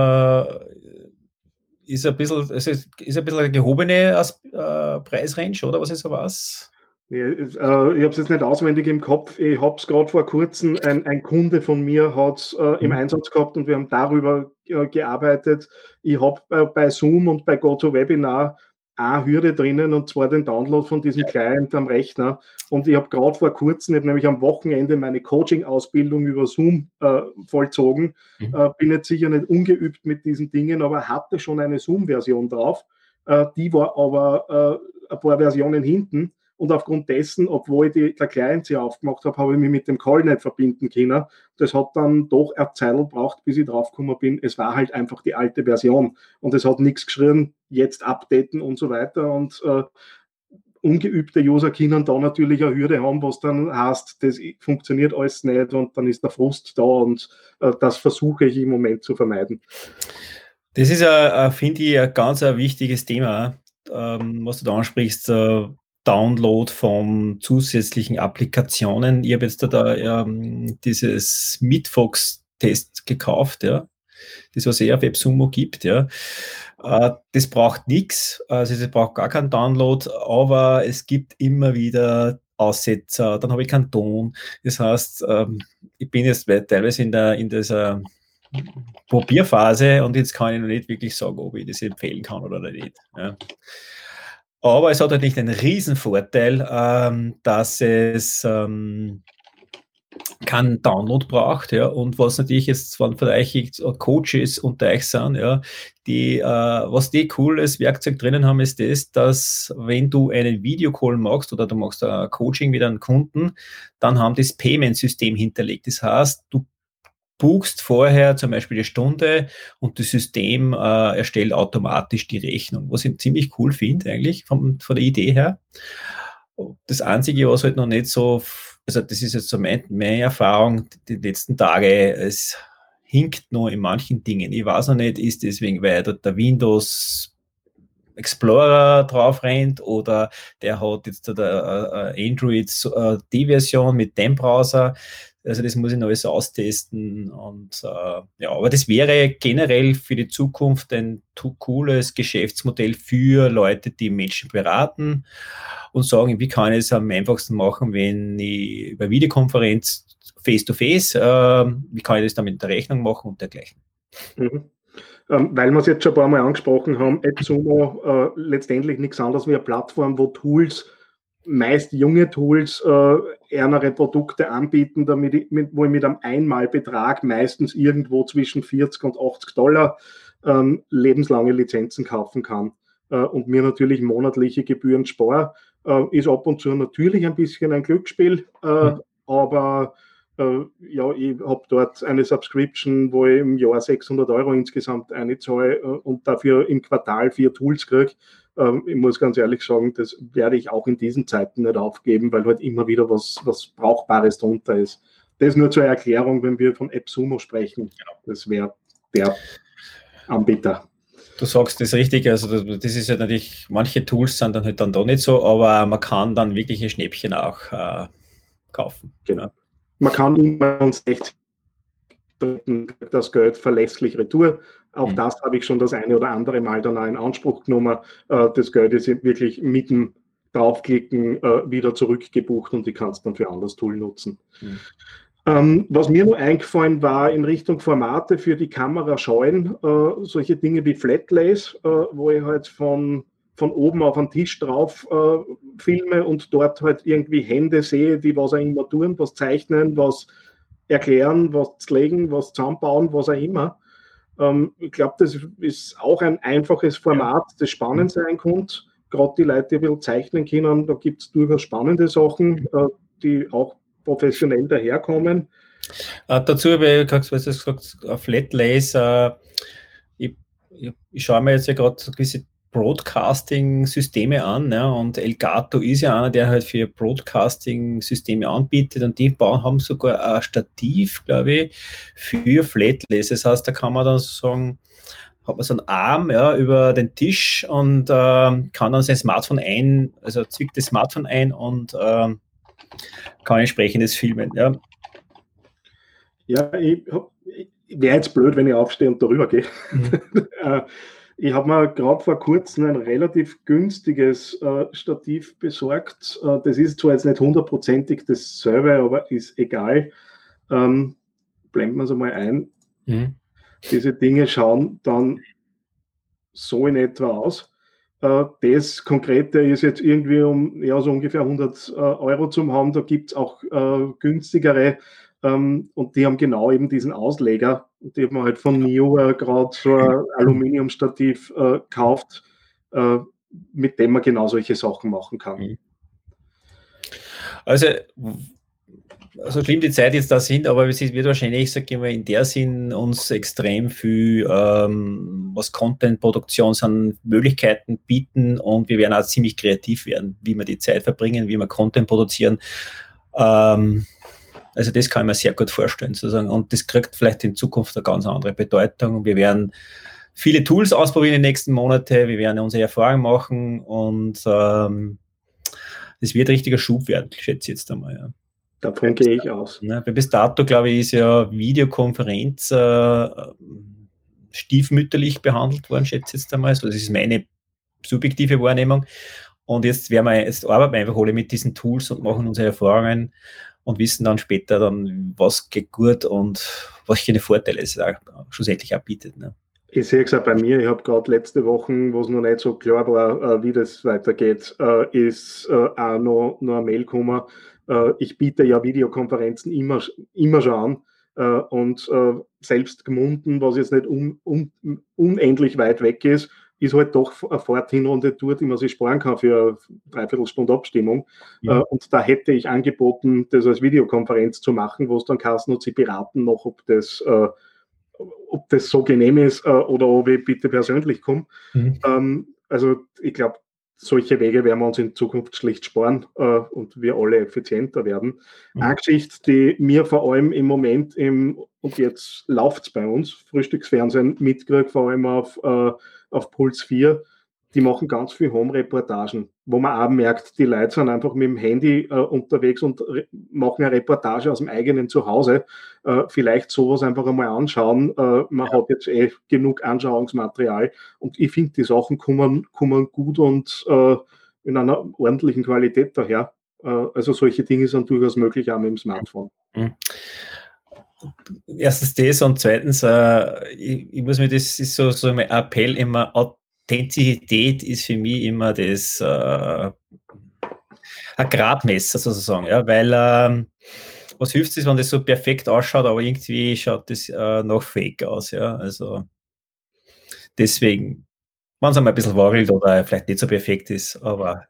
Ist ein bisschen eine gehobene Preisrange, oder was ist sowas? Ich habe es jetzt nicht auswendig im Kopf. Ich habe es gerade vor kurzem, ein Kunde von mir hat es im Einsatz gehabt und wir haben darüber gearbeitet. Ich habe bei Zoom und bei GoToWebinar eine Hürde drinnen, und zwar den Download von diesem Client am Rechner. Und ich habe gerade vor kurzem, ich habe nämlich am Wochenende meine Coaching-Ausbildung über Zoom vollzogen. Bin jetzt sicher nicht ungeübt mit diesen Dingen, aber hatte schon eine Zoom-Version drauf. Die war aber ein paar Versionen hinten. Und aufgrund dessen, obwohl ich der Client sie aufgemacht habe, habe ich mich mit dem Call nicht verbinden können. Das hat dann doch eine Zeit gebraucht, bis ich draufgekommen bin. Es war halt einfach die alte Version. Und es hat nichts geschrien, jetzt updaten und so weiter. Und ungeübte User können da natürlich eine Hürde haben, was dann heißt, das funktioniert alles nicht und dann ist der Frust da, und das versuche ich im Moment zu vermeiden. Das ist, finde ich, ein ganz wichtiges Thema, was du da ansprichst. Download von zusätzlichen Applikationen. Ich habe jetzt da dieses Meetfox-Test gekauft, ja, das was auf WebSumo gibt, ja. Das braucht nichts, also das braucht gar keinen Download, aber es gibt immer wieder Aussetzer, dann habe ich keinen Ton. Das heißt, ich bin jetzt teilweise in dieser Probierphase und jetzt kann ich noch nicht wirklich sagen, ob ich das empfehlen kann oder nicht. Ja. Aber es hat halt nicht einen Riesenvorteil, dass keinen Download braucht, ja, und was natürlich jetzt von vielleicht Coaches unter euch sind, ja, die, was die cooles Werkzeug drinnen haben, ist das, dass wenn du einen Videocall machst oder du machst ein Coaching mit einem Kunden, dann haben das Payment-System hinterlegt. Das heißt, du buchst vorher zum Beispiel die Stunde und das System erstellt automatisch die Rechnung, was ich ziemlich cool finde eigentlich von der Idee her. Das Einzige, was halt noch nicht so, also das ist jetzt so meine Erfahrung, die letzten Tage, es hinkt noch in manchen Dingen. Ich weiß noch nicht, ist deswegen, weil der Windows Explorer drauf rennt oder der hat jetzt der Android D-Version mit dem Browser. Also das muss ich noch alles austesten und ja, aber das wäre generell für die Zukunft ein cooles Geschäftsmodell für Leute, die Menschen beraten und sagen, wie kann ich es am einfachsten machen, wenn ich über Videokonferenz face-to-face, wie kann ich das dann mit der Rechnung machen und dergleichen. Mhm. Weil wir es jetzt schon ein paar Mal angesprochen haben, AppSumo letztendlich nichts anderes wie eine Plattform, wo Tools, meist junge Tools, ärmere Produkte anbieten, wo ich mit einem Einmalbetrag meistens irgendwo zwischen 40 und 80 Dollar lebenslange Lizenzen kaufen kann und mir natürlich monatliche Gebühren spare. Ist ab und zu natürlich ein bisschen ein Glücksspiel, aber ja, ich habe dort eine Subscription, wo ich im Jahr 600 € insgesamt einzahle und dafür im Quartal 4 Tools kriege. Ich muss ganz ehrlich sagen, das werde ich auch in diesen Zeiten nicht aufgeben, weil halt immer wieder was Brauchbares drunter ist. Das nur zur Erklärung, wenn wir von AppSumo sprechen. Das wäre der Anbieter. Du sagst das richtig, also das ist ja natürlich, manche Tools sind dann halt dann doch nicht so, aber man kann dann wirkliche Schnäppchen auch kaufen. Genau. Man kann immer uns echt das Geld verlässlich retour. Auch das habe ich schon das eine oder andere Mal dann auch in Anspruch genommen. Das Geld ist wirklich mit dem Draufklicken wieder zurückgebucht und ich kann es dann für ein anderes Tool nutzen. Was mir nur eingefallen war in Richtung Formate für die Kamera scheuen, solche Dinge wie Flatlays, wo ich halt von oben auf einen Tisch drauf filme und dort halt irgendwie Hände sehe, die was auch immer tun, was zeichnen, was erklären, was legen, was zusammenbauen, was auch immer. Ich glaube, das ist auch ein einfaches Format, das spannend sein könnte. Gerade die Leute, die ein bisschen zeichnen können, da gibt es durchaus spannende Sachen, die auch professionell daherkommen. Dazu habe ich gesagt, Flatlays, ich schaue mir jetzt ja gerade gewisse Broadcasting-Systeme an, ja, und Elgato ist ja einer, der halt für Broadcasting-Systeme anbietet und die haben sogar ein Stativ, glaube ich, für Flatlays. Das heißt, da kann man dann sagen, hat man so einen Arm über den Tisch und kann dann sein Smartphone zwickt das Smartphone ein und kann entsprechendes filmen. Ja, ich wäre jetzt blöd, wenn ich aufstehe und darüber gehe. Ich habe mir gerade vor kurzem ein relativ günstiges Stativ besorgt. Das ist zwar jetzt nicht 100%ig dasselbe, aber ist egal. Blenden wir es einmal ein. Diese Dinge schauen dann so in etwa aus. Das Konkrete ist jetzt irgendwie so ungefähr 100 € zum haben. Da gibt es auch günstigere. Und die haben genau eben diesen Ausleger. Und die haben wir halt von NIO gerade so ein Aluminiumstativ gekauft, mit dem man genau solche Sachen machen kann. Also schlimm die Zeit jetzt da sind, aber es wird wahrscheinlich, sage ich mal, in der Sinn uns extrem viel, was Content-Produktion sind, Möglichkeiten bieten und wir werden auch ziemlich kreativ werden, wie wir die Zeit verbringen, wie wir Content produzieren. Also das kann ich mir sehr gut vorstellen, sozusagen. Und das kriegt vielleicht in Zukunft eine ganz andere Bedeutung. Wir werden viele Tools ausprobieren in den nächsten Monaten, wir werden unsere Erfahrungen machen und das wird ein richtiger Schub werden, schätze ich jetzt einmal. Ja. Davon gehe ich aus. Ja, bis dato, glaube ich, ist ja Videokonferenz stiefmütterlich behandelt worden, schätze ich jetzt einmal. Also das ist meine subjektive Wahrnehmung. Und jetzt arbeiten wir einfach alle mit diesen Tools und machen unsere Erfahrungen und wissen dann später was geht gut und was für Vorteile es schlussendlich auch bietet. Ne? Ich sehe es auch bei mir, ich habe gerade letzte Woche, wo es noch nicht so klar war, wie das weitergeht, ist auch noch eine Mail gekommen, Ich biete ja Videokonferenzen immer schon an und selbst Gmunden, was jetzt nicht unendlich weit weg ist halt doch eine Fahrt hin und retour, die man sich sparen kann für eine Dreiviertelstunde Abstimmung. Ja. Und da hätte ich angeboten, das als Videokonferenz zu machen, wo es dann Carsten und sie beraten noch, ob das so genehm ist oder ob ich bitte persönlich komme. Also ich glaube, solche Wege werden wir uns in Zukunft schlicht sparen und wir alle effizienter werden. Eine Geschichte, die mir vor allem im Moment und jetzt läuft es bei uns, Frühstücksfernsehen mitkriege, vor allem auf Puls 4, die machen ganz viel Home-Reportagen, wo man auch merkt, die Leute sind einfach mit dem Handy unterwegs und machen eine Reportage aus dem eigenen Zuhause. Vielleicht sowas einfach einmal anschauen. Man hat jetzt genug Anschauungsmaterial und ich finde, die Sachen kommen gut und in einer ordentlichen Qualität daher. Also solche Dinge sind durchaus möglich auch mit dem Smartphone. Erstens das und zweitens, ich muss mir, das ist so mein Appell immer, Authentizität ist für mich immer das ein Gradmesser sozusagen, ja, weil was hilft es, wenn das so perfekt ausschaut, aber irgendwie schaut das noch fake aus, ja, also deswegen, wenn es einmal ein bisschen wackelt oder vielleicht nicht so perfekt ist, aber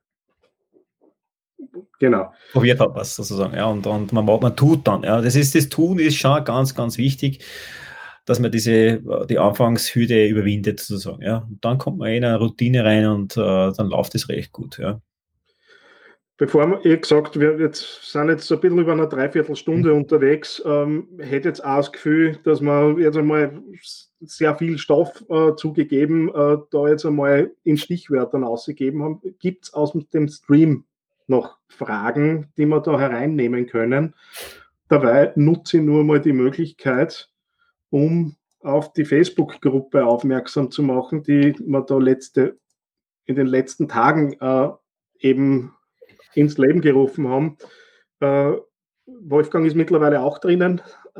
genau. Probiert hat was sozusagen, ja, und man tut dann, ja, das Tun ist schon ganz, ganz wichtig, dass man die Anfangshürde überwindet sozusagen, ja, und dann kommt man in eine Routine rein und dann läuft es recht gut, ja. Bevor wir gesagt, wir sind jetzt so ein bisschen über eine Dreiviertelstunde unterwegs, hätte jetzt auch das Gefühl, dass wir jetzt einmal sehr viel Stoff zugegeben, da jetzt einmal in Stichwörtern ausgegeben haben. Gibt es aus dem Stream noch Fragen, die wir da hereinnehmen können? Dabei nutze ich nur mal die Möglichkeit, um auf die Facebook-Gruppe aufmerksam zu machen, die wir da in den letzten Tagen eben ins Leben gerufen haben. Wolfgang ist mittlerweile auch drinnen.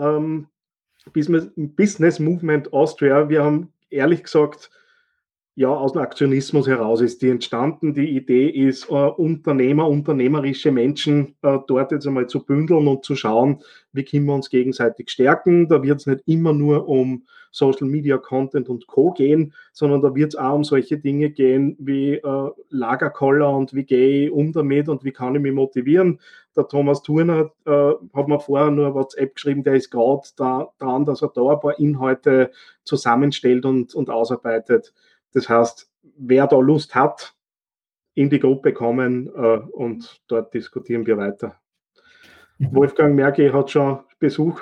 Business Movement Austria. Wir haben ehrlich gesagt, ja, aus dem Aktionismus heraus ist die entstanden. Die Idee ist, unternehmerische Menschen dort jetzt einmal zu bündeln und zu schauen, wie können wir uns gegenseitig stärken. Da wird es nicht immer nur um Social Media Content und Co. gehen, sondern da wird es auch um solche Dinge gehen wie Lagerkoller und wie gehe ich um damit und wie kann ich mich motivieren. Der Thomas Thurner hat mir vorher nur eine WhatsApp geschrieben, der ist gerade dran, dass er da ein paar Inhalte zusammenstellt und ausarbeitet. Das heißt, wer da Lust hat, in die Gruppe kommen und dort diskutieren wir weiter. Wolfgang Merke hat schon Besuch.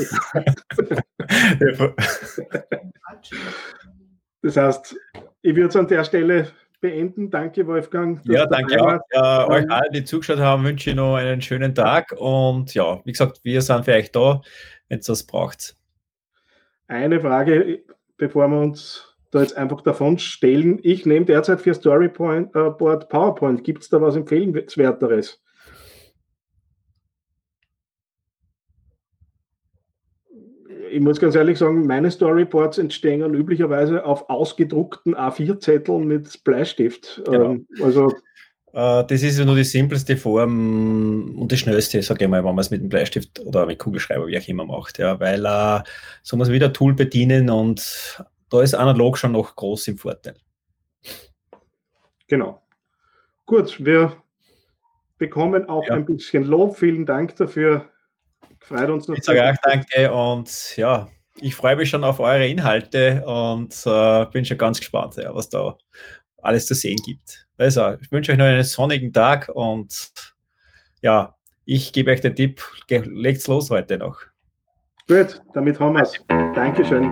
Das heißt, ich würde es an der Stelle beenden. Danke, Wolfgang. Ja, danke auch. Euch allen, die zugeschaut haben, wünsche ich noch einen schönen Tag. Und ja, wie gesagt, wir sind für euch da, wenn es das braucht. Eine Frage, bevor wir uns da jetzt einfach davon stellen. Ich nehme derzeit für Storyboard PowerPoint. Gibt es da was Empfehlenswerteres? Ich muss ganz ehrlich sagen, meine Storyboards entstehen üblicherweise auf ausgedruckten A4-Zetteln mit Bleistift. Genau. Das ist ja nur die simpelste Form und das schnellste, sage ich mal, wenn man es mit dem Bleistift oder mit Kugelschreiber, wie auch immer macht. Ja, weil so muss man wieder ein Tool bedienen und da ist analog schon noch groß im Vorteil. Genau. Gut, wir bekommen auch ein bisschen Lob. Vielen Dank dafür. Freut uns noch. Ich sage auch danke und ja, ich freue mich schon auf eure Inhalte und bin schon ganz gespannt, ja, was da alles zu sehen gibt. Also, ich wünsche euch noch einen sonnigen Tag und ja, ich gebe euch den Tipp, legt's los heute noch. Gut, damit haben wir es. Dankeschön.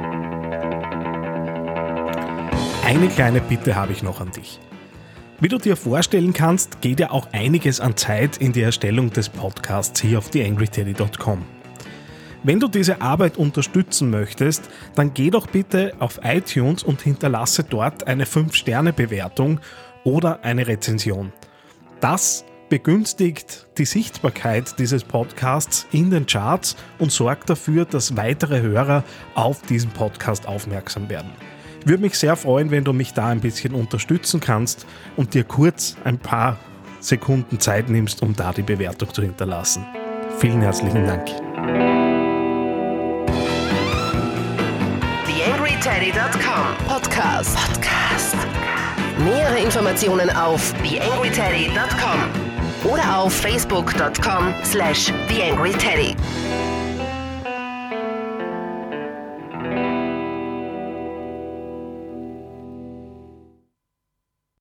Eine kleine Bitte habe ich noch an dich. Wie du dir vorstellen kannst, geht ja auch einiges an Zeit in die Erstellung des Podcasts hier auf theangryteddy.com. Wenn du diese Arbeit unterstützen möchtest, dann geh doch bitte auf iTunes und hinterlasse dort eine 5-Sterne-Bewertung oder eine Rezension. Das begünstigt die Sichtbarkeit dieses Podcasts in den Charts und sorgt dafür, dass weitere Hörer auf diesen Podcast aufmerksam werden. Ich würde mich sehr freuen, wenn du mich da ein bisschen unterstützen kannst und dir kurz ein paar Sekunden Zeit nimmst, um da die Bewertung zu hinterlassen. Vielen herzlichen Dank. TheAngryTeddy.com Podcast. Nähere Informationen auf TheAngryTeddy.com oder auf Facebook.com/TheAngryTeddy.